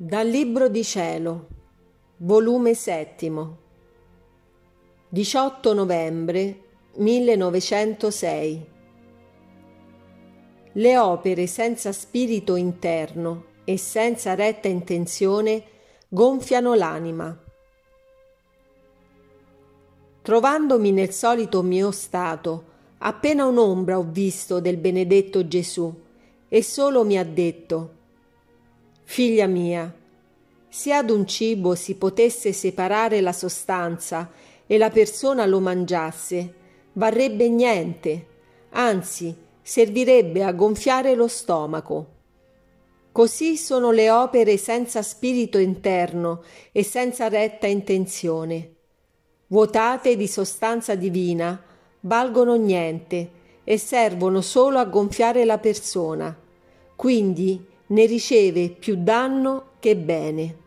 Dal Libro di Cielo, volume 7, 18 novembre 1906. Le opere senza spirito interno e senza retta intenzione gonfiano l'anima. Trovandomi nel solito mio stato, appena un'ombra ho visto del benedetto Gesù, e solo mi ha detto: «Figlia mia, se ad un cibo si potesse separare la sostanza e la persona lo mangiasse, varrebbe niente, anzi servirebbe a gonfiare lo stomaco. Così sono le opere senza spirito interno e senza retta intenzione. Vuotate di sostanza divina, valgono niente e servono solo a gonfiare la persona, quindi ne riceve più danno che bene».